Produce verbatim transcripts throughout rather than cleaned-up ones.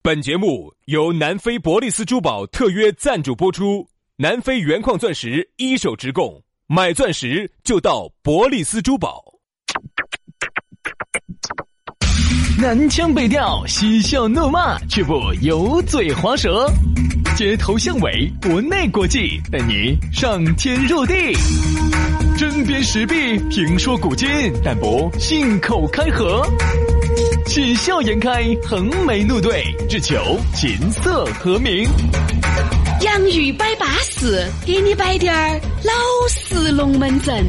本节目由南非伯利斯珠宝特约赞助播出，南非原矿钻石一手直供，买钻石就到伯利斯珠宝。 南腔北调，嬉笑怒骂，却不油嘴滑舌，街头巷尾，国内国际，带你上天入地。针砭时弊，评说古今，但不信口开河。喜笑颜开，横眉怒对，只求琴瑟和鸣。 洋芋摆巴士，给你摆点儿老式龙门阵。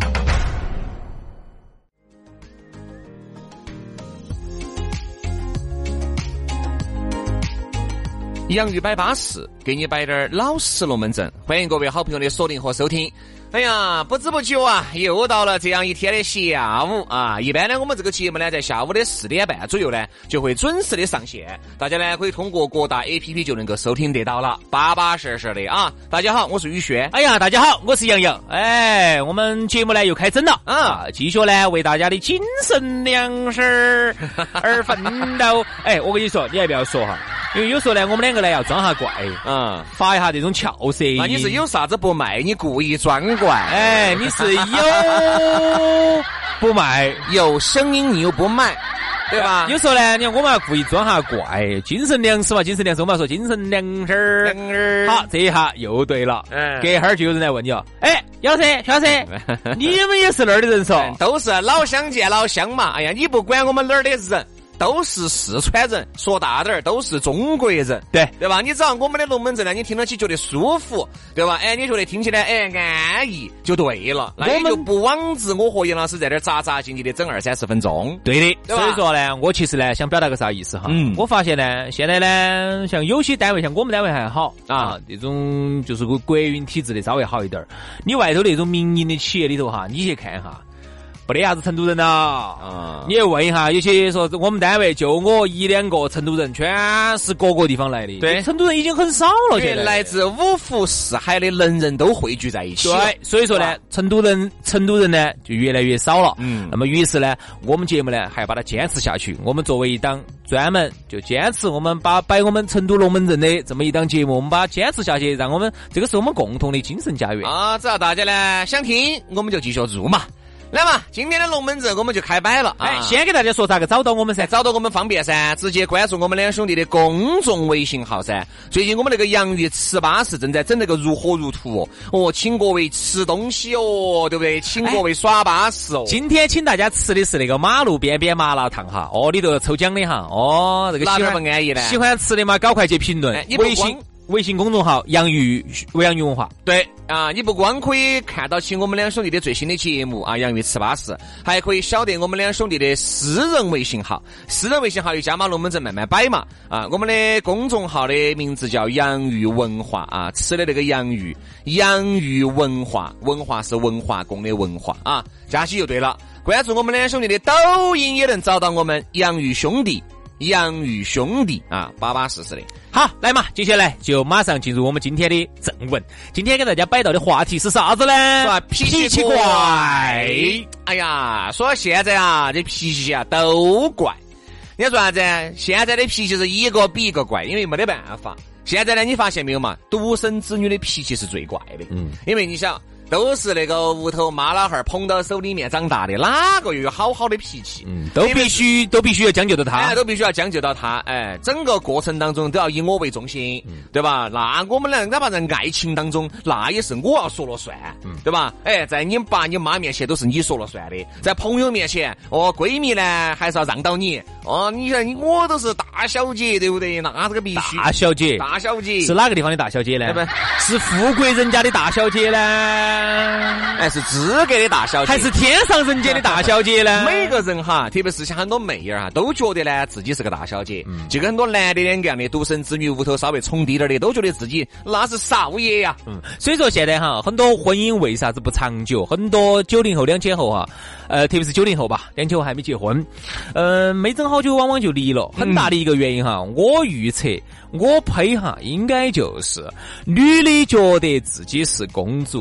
洋芋摆巴士，给你摆点老实龙门阵。欢迎各位好朋友的锁定和收听。哎呀，不知不觉啊，又到了这样一天的下午啊。一般呢，我们这个节目呢，在下午的四点半左右呢，就会准时的上线。大家呢，可以通过各大 A P P 就能够收听得到了，巴巴适适的啊。大家好，我是宇轩。 哎呀，大家好，我是杨洋。哎，我们节目呢又开整了啊，继续呢为大家的精神粮食而奋斗。哎，我跟你说，你还不要说哈，因为有时候呢，我们两个呢要装下怪，嗯，发一下这种俏色。 那你是有啥子不卖，你故意装怪？ 哎，你是有不卖， 有声音你又不卖，对吧？ 有时候呢，你看我们要故意装下怪，精神粮食嘛，精神粮食，我们要说精神粮食。好，这一下又对了。嗯，隔一会儿就有人来问你哦，哎，姚生，小生，你们也是那儿的人噻？ 都是老乡见老乡嘛。哎呀，你不管我们哪儿的人。都是四川人，说大点儿都是中国人， 对对吧？你只要我们的龙门阵呢，你听得起觉得舒服，对吧？哎，你觉得听起来哎安逸就对了，那你就不枉自我和杨老师在这儿扎扎进去的整二三十分钟。 对的，对，所以说呢，我其实呢想表达个啥意思哈？嗯，我发现呢，现在呢，像有些单位，像我们单位还好啊，这种就是个国营体制的稍微好一点。你外头那种民营的企业里头哈，你去看一下。不得啥子成都人了，嗯，你问一下，有些说我们单位就我一两个成都人，全是各个地方来的。 对， 成都人已经很少了，现在来自五湖四海的能人都汇聚在一起。 对，所以说呢，成都人成都人呢就越来越少了。嗯，那么于是呢，我们节目呢还要把它坚持下去。我们作为一档专门就坚持我们把摆我们成都龙门阵的这么一档节目，我们把它坚持下去，让我们这个是我们共同的精神家园啊！只要大家呢想听，我们就继续做嘛。来嘛，今天的龙门阵我们就开摆了。 哎，先给大家说咋个找到我们噻？ 找到我们方便噻，直接关注我们两兄弟的公众微信号噻。最近我们那个洋芋吃巴士正在整那个如火如荼哦，哦，请各位吃东西哦，对不对？请各位耍巴士哦。 今天请大家吃的是那个马路边边麻辣烫哈，哦，里头抽奖的哈，哦，这个喜欢不安逸呢？ 喜欢吃的嘛，赶快去评论、哎、微信。微信公众号洋芋洋芋文化。 对啊，你不光可以看到起我们两兄弟的最新的节目啊，洋芋吃巴士，还可以晓得我们两兄弟的私人微信号，私人微信号有加码龙门阵慢慢摆嘛啊，我们的公众号的名字叫洋芋文化啊，吃的那个洋芋，洋芋文化，文化是文化宫的文化啊，加起就对了。关注我们两兄弟的抖音也能找到我们洋芋兄弟。洋芋兄弟啊，巴巴适适的。 好，来嘛，接下来就马上进入我们今天的正文。今天给大家摆到的话题是啥子呢？ 说脾气怪。哎呀，说现在啊，这脾气啊都怪。你要说啥子？现在的脾气是一个比一个怪，因为没得办法。现在呢，你发现没有嘛？独生子女的脾气是最怪的。嗯，因为你想。都是那个屋头妈老汉儿捧到手里面长大的，哪个又有好好的脾气？ 嗯，都必须都必须要将就到他， 哎，都必须要将就到他，哎，整个过程当中都要以我为中心，嗯、对吧？那我们俩哪怕在爱情当中，那也是我要说了算，嗯、对吧？哎，在你爸你妈面前都是你说了算的，在朋友面前，哦，闺蜜呢还是要让到你，哦，你看我都是大小姐，对不对？那这个必须大小姐， 大小姐是哪个地方的大小姐呢？ 对不对？ 是富贵人家的大小姐呢？ 哎，是资格的大小姐， 还是天上人间的大小姐呢？ 每个人哈，特别是像很多妹儿哈，都觉得呢自己是个大小姐，嗯、就跟很多男的两个样的独生子女屋头稍微宠低点的，都觉得自己那是少爷呀、啊。 嗯，所以说现在哈，很多婚姻为啥子不长久？很多九零后、两千后哈，呃，特别是九零后吧，两千后还没结婚，呃，没整好久往往就离了。很大的一个原因哈，我预测。我呸哈，应该就是女的觉得自己是公主，男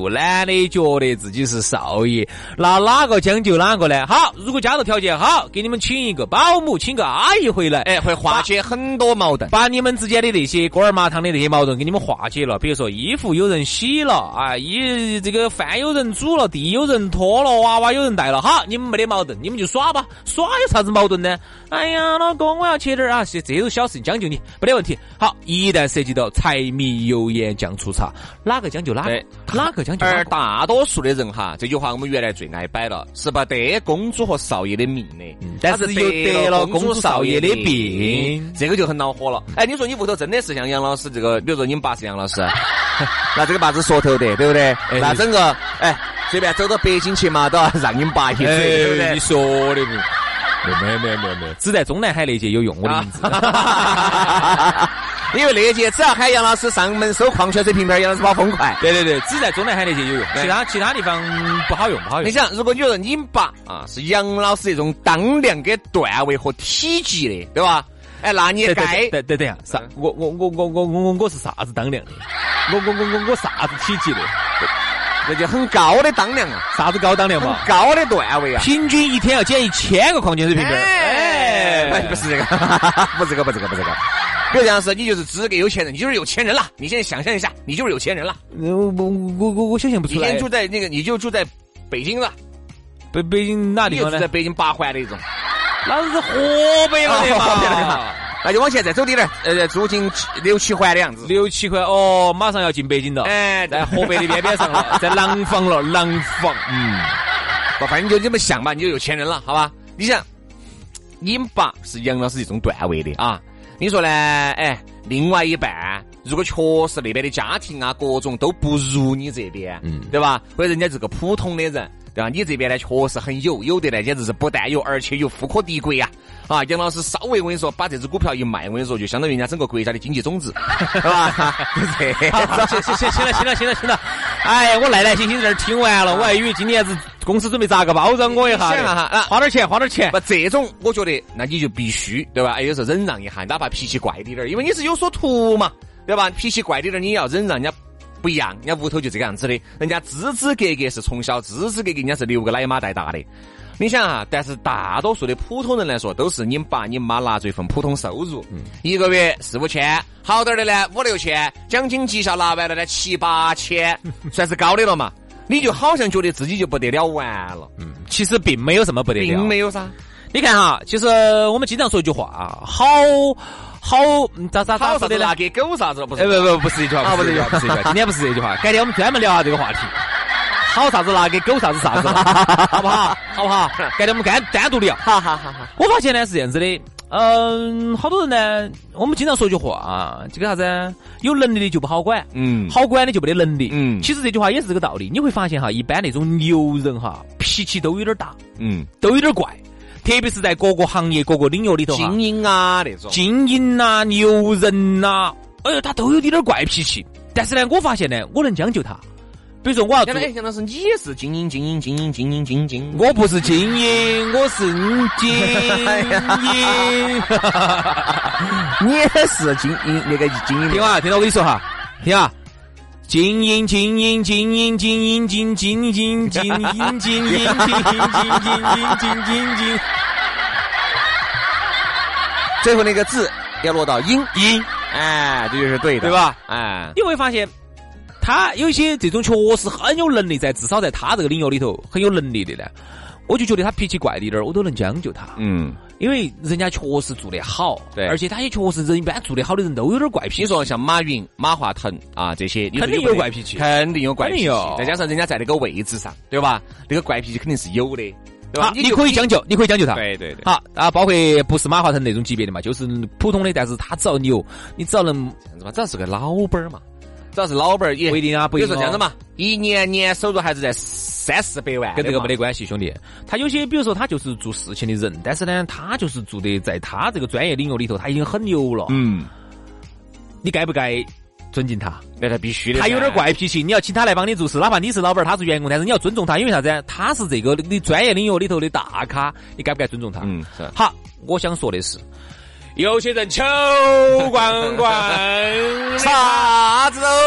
男的觉得自己是少爷，那哪个将就哪个呢？好，如果家头条件好，给你们请一个保姆，请个阿姨回来， 哎，会化解很多矛盾， 把你们之间的那些锅儿麻汤的那些矛盾给你们化解了。比如说衣服有人洗了啊，衣这个饭有人煮了，地有人拖了，娃娃有人带了，好，你们没得矛盾，你们就耍吧，耍有啥子矛盾呢？哎呀，老公，我要切点啊，这这种小事情将就你，没得问题。好，一旦涉及到柴米油盐酱醋茶，哪个将就哪个，哪个将就哪个。 而大多数的人哈，这句话我们原来最爱摆了，是不得公主和少爷的命的， 嗯、但是又得了公主少爷的病， 这个就很恼火了。哎，你说你屋头真的是像杨老师这个，比如说你们爸是杨老师，那这个爸子说头的，对不对？哎、那整个哎，随便走到北京去嘛，都要让你们爸一嘴，哎、对不对？ 你说的不？没有没有没有没有，只在中南海那节有用我的名字。 因为那节只要喊杨老师上门收矿泉水瓶瓶，杨老师跑风快。 对对对，只在中南海那节有用，其他其他地方不好用不好用。 你想，如果你说你爸啊是杨老师这种当量跟段位和体积的，对吧？哎，那你该对对对呀，啥？我我我我我我我是啥子当量的？我我我我我啥子体积的？ 那就很高的当量啊， 啥子高当量嘛？ 高的段位啊， 平均一天要捡一千个矿泉水瓶瓶。 哎，哎不是这个，不是这个，不是这个，不是这个。比如这样是，你就是资格有钱人，你就是有钱人了。你现在想象一下，你就是有钱人了。 我我我我我想象不出来。 以前住在那个，你就住在北京了。 北北京哪地方呢？ 在北京八环的一种， 那是河北了的嘛。 那就往前再走点点，呃，住进六七环的样子。 六七环哦，马上要进北京了。 哎， 在河北的边边上了，在廊坊了，廊坊。 嗯，不，反正就这么想吧，你就有钱人了，好吧？你想，你爸是杨老师这种段位的啊，你说呢？哎，另外一半如果确实那边的家庭啊，各种都不如你这边，嗯，对吧？或者人家是个普通的人，对吧？你这边呢，确实很有，有的呢，简直是不但有，而且有富可敌国呀。啊，杨老师稍微我跟你说，把这只股票一卖，我跟你说，就相当于人家整个国家的经济种子，是吧？ 对，行行行行了，行了，行了，行了。哎，我耐耐心心在这听完了，我还以为今年子公司准备砸个包装我一下，啊，花点钱，花点钱。 不，这种我觉得，那你就必须，对吧？有时候忍让一下，哪怕脾气怪一点，因为你是有所图嘛，对吧？脾气怪一点，你也要忍让，人家不一样，人家屋头就这个样子的，人家支支格格是从小支支格格，人家是留个奶妈带大的。你想啊，但是大多数的普通人来说，都是你爸你妈拿这份普通收入，嗯、一个月四五千，好点的呢五六千，奖金绩效拿完了呢七八千，算是高的了嘛。你就好像觉得自己就不得了完了， 嗯，其实并没有什么不得了， 并没有啥。 你看哈，其实我们经常说一句话啊，好好咋咋咋说的呢？ 给狗啥子不是？ 哎不不不是这句话，不是这句话，不是这句话，今天不是这句话，改天我们专门聊下这个话题。好啥子拿给狗啥子啥子，好不好？好不好？改天我们单单独聊。 好好好好。 我发现呢是这样子的，嗯，好多人呢，我们经常说句话啊，这个啥子，有能力的就不好管，嗯，好管的就没得能力，嗯。其实这句话也是这个道理。你会发现哈，一般那种牛人哈，脾气都有点大，嗯，都有点怪，特别是在各个行业、各个领域里头， 精英啊那种， 精英啊、牛人呐、啊，哎呦，他都有点怪脾气。但是呢，我发现呢，我能将就他。比如说我要做， 杨老师，你也是精英，精英，精英，精英，精英。 我不是精英，我是精英。 你也是精英，那个精英。 听啊，听到我跟你说哈，听啊，精英，精英，精英，精英，精精英，精英，精英，精英，精英，精英，精英。 最后那个字要落到音音， 哎，这就是对的， 对吧？ 哎， 你会发现。他有一些这种确实很有能力，在至少在他这个领域里头很有能力的呢，我就觉得他脾气怪一点，我都能将就他。嗯，因为人家确实做得好， 对， 而且他也确实人一般做得好的人都有点怪脾气。 你说像马云、马化腾啊这些， 肯定有怪脾气， 肯定有怪脾气，再加上人家在那个位置上，对吧？那个怪脾气肯定是有的。对吧？ 你可以将就，你可以将就他。 对对对。 好啊，包括不是马化腾那种级别的嘛，就是普通的，但是他只要牛，你只要能这样子嘛，只要是个老板嘛。只要是老板也不一定啊，不一定。 比如说这样子嘛，一年年收入还是在三四百万， 跟这个没得关系，兄弟。他有些，比如说他就是做事情的人，但是呢，他就是做的在他这个专业领域里头，他已经很牛了。嗯，你该不该尊敬他？ 那他必须的。 他有点怪脾气，你要请他来帮你做事，哪怕你是老板，他是员工，但是你要尊重他，因为啥子？他是这个你专业领域里头的大咖，你该不该尊重他？ 嗯，是。 好，我想说的是。有些人求光光， 啥子都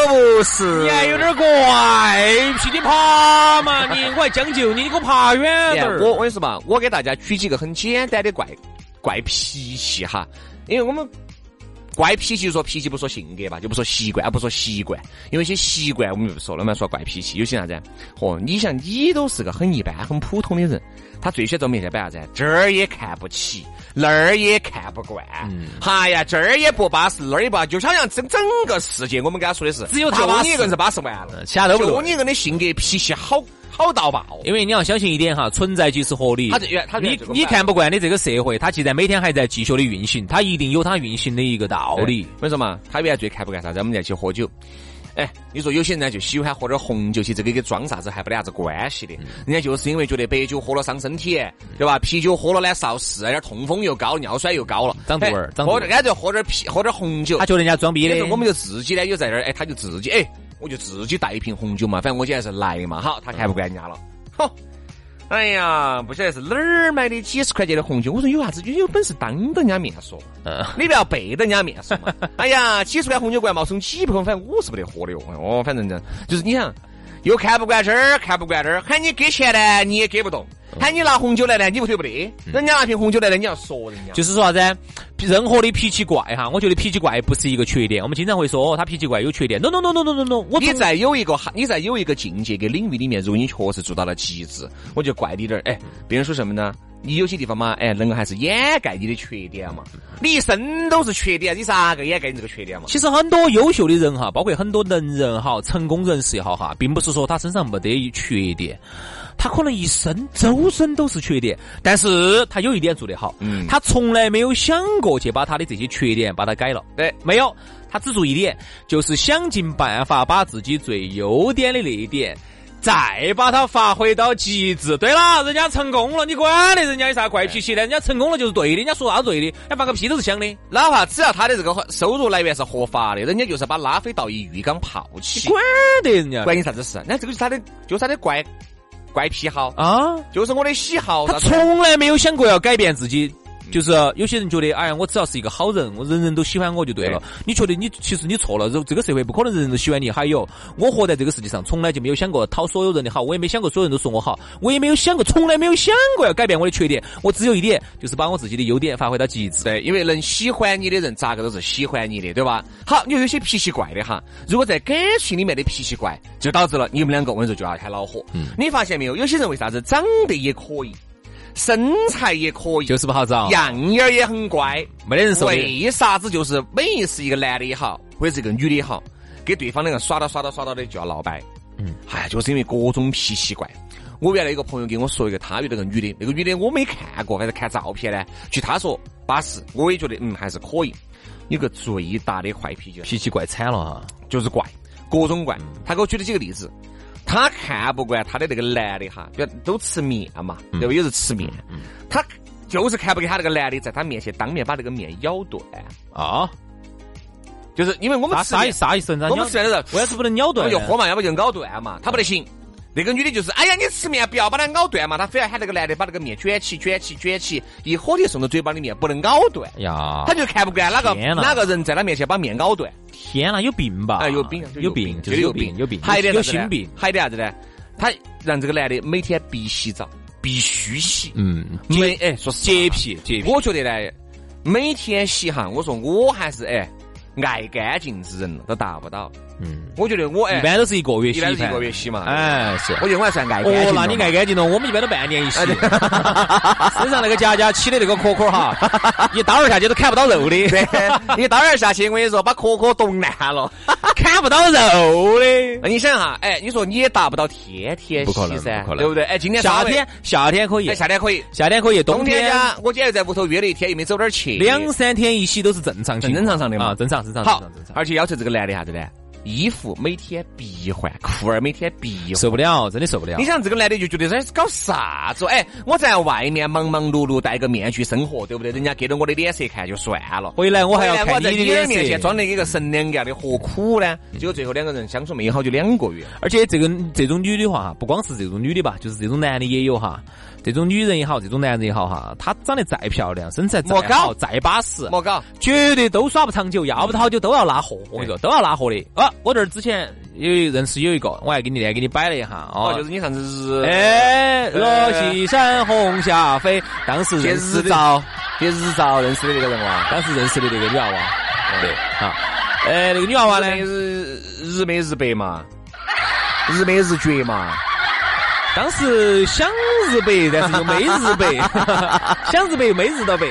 不是， 你还有点怪，噼里啪嘛，你我还将就你，你给我爬远点儿。 我我跟你说嘛，我给大家举几个很简单的怪怪脾气哈，因为我们怪脾气就说脾气不说性格吧，就不说习惯，不说习惯，因为一些习惯我们就不说了嘛，说怪脾气，有些啥子？嚯，你想你都是个很一般、很普通的人，他最喜欢在面前摆啥子？这儿也看不起，那儿也看不惯，嗯，哎呀，这儿也不巴适，那儿也不巴适，就好像整整个世界，我们跟他说的是， 只有他巴适， 就你一个人是巴适完了， 其他都不对， 就你一个人的性格脾气好。好到爆， 因为你要相信一点哈，存在即是合理。 他这他你你看不惯的这个社会，它既然每天还在继续的运行，它一定有它运行的一个道理。 为什么？他原来最看不惯啥子？我们在一起喝酒。哎，你说有些人呢就喜欢喝点红酒，其实这个跟装啥子还不得啥子关系的。嗯、人家就是因为觉得白酒喝了伤身体，对吧？啤酒喝了呢少事，有点痛风又高，尿酸又高了， 长肚儿，长肚儿。 干脆喝点啤，喝点红酒。 他觉得人家装逼的， 我们就自己呢又在这儿，哎，他就自己哎，我就自己带一瓶红酒嘛，反正我今天是来嘛，好，他看不惯人家了。哼，哎呀，不晓得是哪儿买的几十块钱的红酒。我说有啥子？有本事当着人家面说，嗯，你不要背着人家面说嘛。哎呀，几十块红酒罐冒充几百块，反正我是不得喝的哟。哦，反正这就是你想，又看不惯这儿，看不惯这儿，喊你给钱呢，你也给不动；喊你拿红酒来呢，你不对不得。人家拿瓶红酒来呢，你要说人家。 就是说啥子？任何的脾气怪哈，我觉得脾气怪不是一个缺点。我们经常会说，哦，他脾气怪有缺点。No no no no no no no。 你在有一个你在有一个境界跟领域里面，如果你确实做到了极致，我就怪你点儿。哎，别人说什么呢？你有些地方嘛，哎，能够还是掩盖你的缺点嘛。你一身都是缺点，你咋个掩盖你这个缺点嘛？ 其实很多优秀的人哈，包括很多能人哈、成功人士也好哈，并不是说他身上没得缺点。他可能一生周身都是缺点，但是他有一点做得好，嗯，他从来没有想过去把他的这些缺点把它改了， 对， 没有，他只做一点，就是想尽办法把自己最优点的那一点再把它发挥到极致。对了，人家成功了，你管的人家有啥怪脾气的？人家成功了就是对的，人家说啥对的，人家放个屁都是香的。 哪怕只要他的这个收入来源是合法的，人家就是把拉菲倒一浴缸泡起， 管得人家关你啥子事？那这个是他的，就是他的怪怪癖好啊， 就是我的喜好。 他从来没有想过要改变自己。就是有些人觉得，哎呀，我只要是一个好人，我人人都喜欢我就对了。对，你觉得你其实你错了，这个社会不可能人人都喜欢你。还有，我活在这个世界上，从来就没有想过讨所有人的好，我也没想过所有人都说我好，我也没有想过，从来没有想过要改变我的缺点。我只有一点，就是把我自己的优点发挥到极致。 对，因为能喜欢你的人，咋个都是喜欢你的，对吧？好，你有些脾气怪的哈，如果在感情里面的脾气怪，就导致了你们两个我跟你说就要开恼火。嗯，你发现没有？有些人为啥子长得也可以？身材也可以， 就是不好找， 样样也很乖， 没得人说。 为啥子就是每一次一个男的也好，或者是一个女的也好，给对方那个耍到耍到耍到的就要闹掰？嗯，哎，就是因为各种脾气怪。我原来一个朋友跟我说一个，他遇到个女的，那个女的我没看过，反正看照片呢，据他说巴适，我也觉得嗯还是可以。有个最大的坏脾气， 脾气怪惨了哈， 就是怪，各种怪。他给我举了几个例子。他看不惯他的那个男的哈，比如都吃面嘛，对吧？有时吃面，嗯、他就是看不惯他那个男的在他面前当面把那个面咬断啊， 就是因为我们吃啥啥意思？ 我们吃的人为啥子不能咬断？ 就喝嘛，要不就咬断嘛，他不得行。那个女的就是，哎呀，你吃面不要把它咬断嘛，他非要喊那个男的把那个面卷起、卷起、卷起，一火就送到嘴巴里面，不能咬断呀。 他就看不惯哪个哪个人在他面前把面咬断。 天哪，有病吧？ 哎，有病， 有病，就是有病，有病， 还得有心病， 还得啥子呢？他让这个男的每天必洗澡，必须洗。 嗯， 没哎，说洁癖，洁癖。 我觉得呢，每天洗哈，我说我还是哎爱干净之人都达不到。嗯，我觉得我哎， 一般都是一个月洗一般是一个月洗嘛。 哎，是， 我觉得我还算爱干净。 哦，那你爱干净了，我们一般都半年一洗。身上那个夹夹起的那个壳壳哈，一刀儿下去都看不到肉的。 一刀儿下去，我跟你说，把壳壳冻烂了， 看不到肉的。 那你想哈，哎，你说你也达不到天天洗噻，对不对？哎，今天夏天夏天可以， 夏天可以， 夏天可以， 冬天呀，我今天在屋头约了一天，又没走哪儿去， 两三天一洗都是正常情况， 正常常的嘛， 正常正常。 好，而且要求这个男的啥子呢？衣服每天必换，裤儿每天必换， 受不了，真的受不了。 你想这个男的就觉得这是搞啥子？哎，我在外面忙忙碌碌戴个面具生活，对不对？人家给了我的脸色看就算了， 回来我还要看你的脸色， 面前装了一个神两样的，何苦呢？结果最后两个人相处没好就两个月。 而且这个这种女的话，不光是这种女的吧，就是这种男的也有哈。 这种女人也好，这种男人也好哈，她长得再漂亮，身材再好，再巴适， 莫搞， 绝对都耍不长久，要不好久都要拉货。我跟你说，都要拉货的。啊，我这儿之前有认识有一个，我还给你来给你摆了一下哦， 就是你上次日哎，若西山红霞飞，当时认识日照，日照认识的那个人哇， 当时认识的那个女娃娃，对啊，呃，那个女娃娃呢是日美日白嘛，日美日绝嘛。 当时想日白，但是又没日白，想日白没日到白。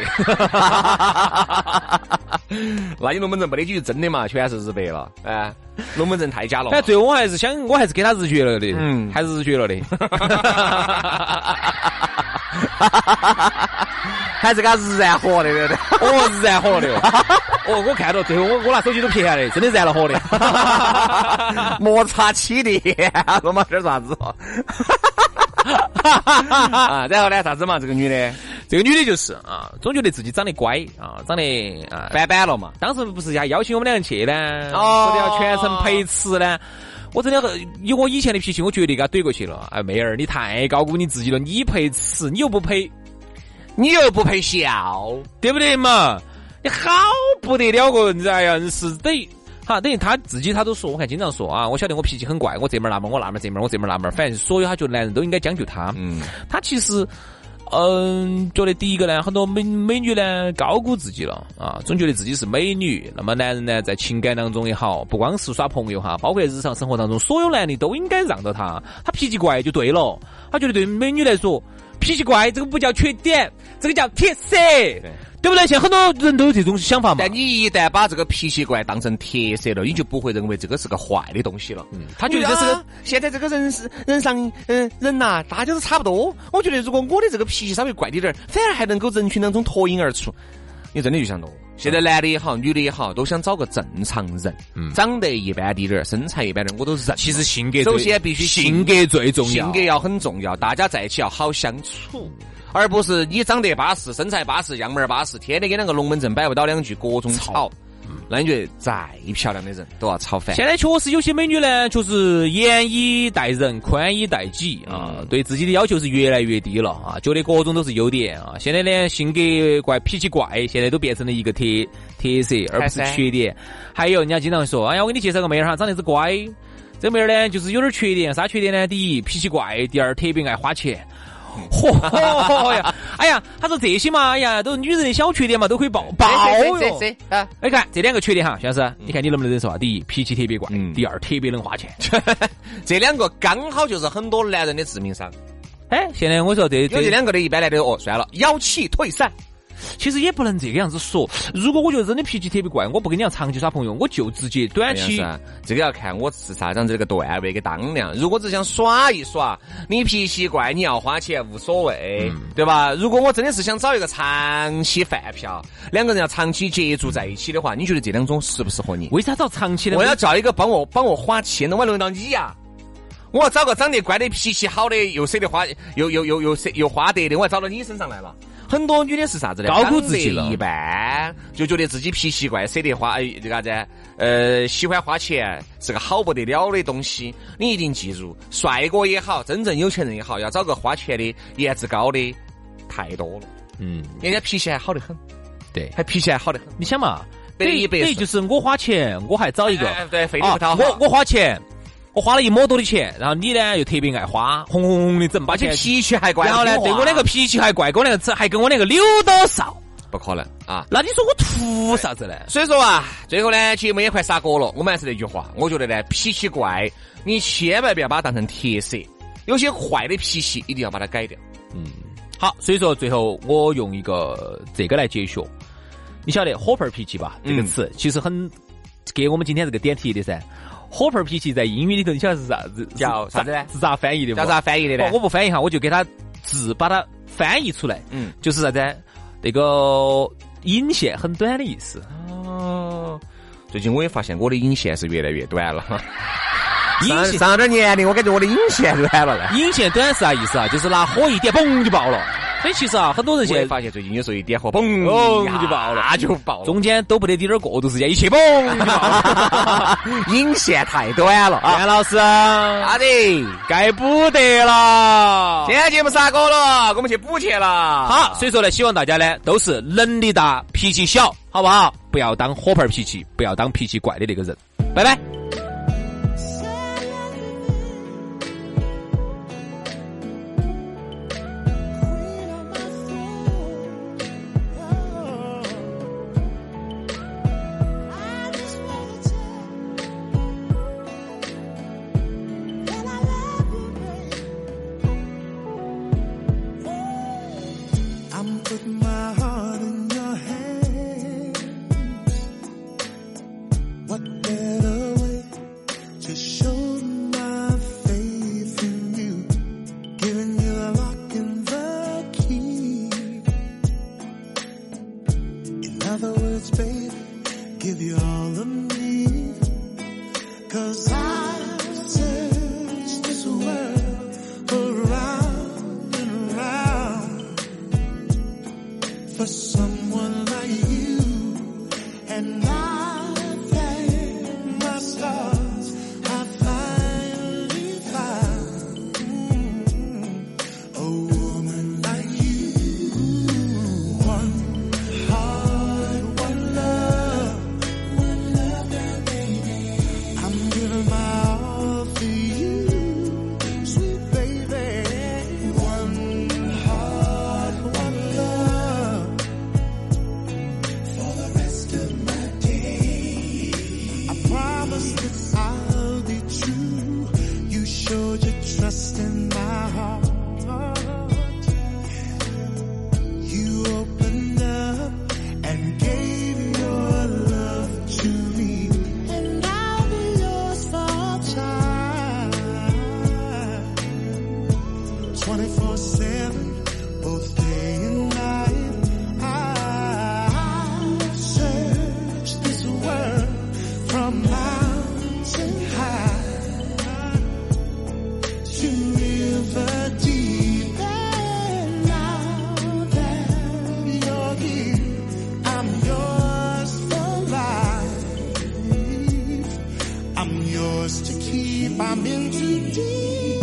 那你龙门阵没得几句真的嘛，全是日白了，哎，龙门阵太假了。 但最后我还是想，我还是给他日绝了的，嗯，还是日绝了的。 还是给他日燃火的，对不对？ 哦，日燃火的哦，我看到最后我我拿手机都拍下来，真的燃了火的。 摩擦起的，罗马这啥子？啊，然后呢，啥子嘛？这个女的， 这个女的就是啊，总觉得自己长得乖啊，长得啊板板了嘛。 当时不是还邀请我们两个去呢， 哦， 说的要全程陪吃呢。我真的以我以前的脾气，我绝对给他怼过去了。哎，妹儿，你太高估你自己了，你陪吃，你又不陪， 你又不配笑， 对不对嘛？你好不得了个人，哎呀，是等于哈，等于他自己他都说，我看经常说啊，我晓得我脾气很怪，我这门那门，我那门这门，我这门那门，反正所有他觉得男人都应该将就他。嗯，他其实。嗯，觉得第一个呢，很多美美女呢高估自己了啊，总觉得自己是美女。那么男人呢，在情感当中也好，不光是耍朋友哈，包括日常生活当中，所有男的都应该让到他。他脾气怪就对了，他觉得对美女来说，脾气怪这个不叫缺点，这个叫特色，对不对？现在很多人都有这种想法嘛。 但你一旦把这个脾气怪当成特色了，你就不会认为这个是个坏的东西了。嗯，他觉得这是个现在这个人是人上嗯人呐、啊，大家都差不多。我觉得如果我的这个脾气稍微怪点点，反而还能够人群当中脱颖而出。你真的就想到，现在男的也好，女的也好，都想找个正常人，嗯，长得一般滴点，身材一般点，我都认。 其实性格首先必须性格最重要， 性格要很重要，大家在一起要好相处。而不是你长得巴适，身材巴适，样貌巴适，天天跟两个龙门阵摆不到两句，各种吵。嗯，那你觉得再漂亮的人都要吵翻？ 现在确实有些美女呢，就是严以待人，宽以待己啊，嗯、对自己的要求是越来越低了啊，觉得各种都是优点啊。现在呢，性格怪、脾气怪，现在都变成了一个特特色，而不是缺点。还有人家经常说，哎呀，我给你介绍个妹儿哈，长得是乖。这妹儿呢，就是有点缺点，啥缺点呢？第一，脾气怪；第二，特别爱花钱。嚯呀！哎呀，他说这些嘛，哎呀，都是女人的小缺点嘛，都可以报报哟。啊，你看这两个缺点哈，徐老师，你看你能不能忍受啊？第一，脾气特别怪；嗯、第二，特别能花钱。 这两个刚好就是很多男人的致命伤。 哎，现在我说这有这两个的，一般来的哦，算了，妖气退散。 其实也不能这个样子说。如果我觉得真的脾气特别怪，我不跟你要长期耍朋友，我就直接短期。 哎、这个要看我是啥样子这个段位跟当量。如果只想耍一耍，你脾气怪，你要花钱无所谓，嗯、对吧？如果我真的是想找一个长期饭票，两个人要长期接触在一起的话，你觉得这两种适不适合你？ 为啥找长期的？ 我要找一个帮我帮我花钱的，我轮到你呀、啊。我要找个长得乖的、脾气好的、又舍得花、又又又又又花得的，我要找到你身上来了。很多女的是啥子呢？ 高估自己了， 一般就觉得自己脾气怪，舍得花，这个啥子？呃，喜欢花钱是个好不得了的东西。你一定记住，帅哥也好，真正有钱人也好，要找个花钱的、颜值高的太多了。嗯，人家脾气还好得很， 对， 还脾气还好得很。 你想嘛， 百依百顺， 就是我花钱，我还找一个， 哎、对，费力不讨好。 我我花钱。我花了一亩多的钱，然后你呢又特别爱花，红红红的整，把钱脾气还怪， 然后呢对我那个脾气还怪，跟我那个还跟我那个溜多少， 不可能啊！ 那你说我图啥子呢？ 所以说啊，最后呢节目也快杀锅了，我们还是那句话，我觉得呢脾气怪，你千万不要把它当成特色，有些坏的脾气一定要把它改掉。 嗯，好，所以说最后我用一个这个来解决，你晓得火盆脾气吧？这个词、嗯、其实很给我们今天这个点题的噻。火盆脾气在英语里头，你晓得是啥子？ 叫啥子呢？ 是咋翻译的？ 叫啥翻译的呢？ 我不翻译哈，我就给他字把它翻译出来。嗯，就是啥子？那个引线很短的意思。 哦，最近我也发现我的引线是越来越短了。引线上点年龄，我感觉我的引线短了呢。 引线短是啥意思啊？就是拿火一点，嘣就爆了。 所以其实啊，很多人现在发现最近有时候一点火，嘣嘣就爆了， 那就爆了， 中间都不得滴点过渡时间，一起嘣就爆了， 引线太短了啊！ 袁老师， 阿弟该补得了。 今天节目杀过了，我们去补去了。 好，所以说呢，希望大家呢都是能力大、脾气小，好不好？不要当火盆脾气，不要当脾气怪的那个人。拜拜。 twenty-four seven, both day and night. I search this world from mountain high to river deep. And now that you're here, I'm yours for life. I'm yours to keep. I'm in too deep.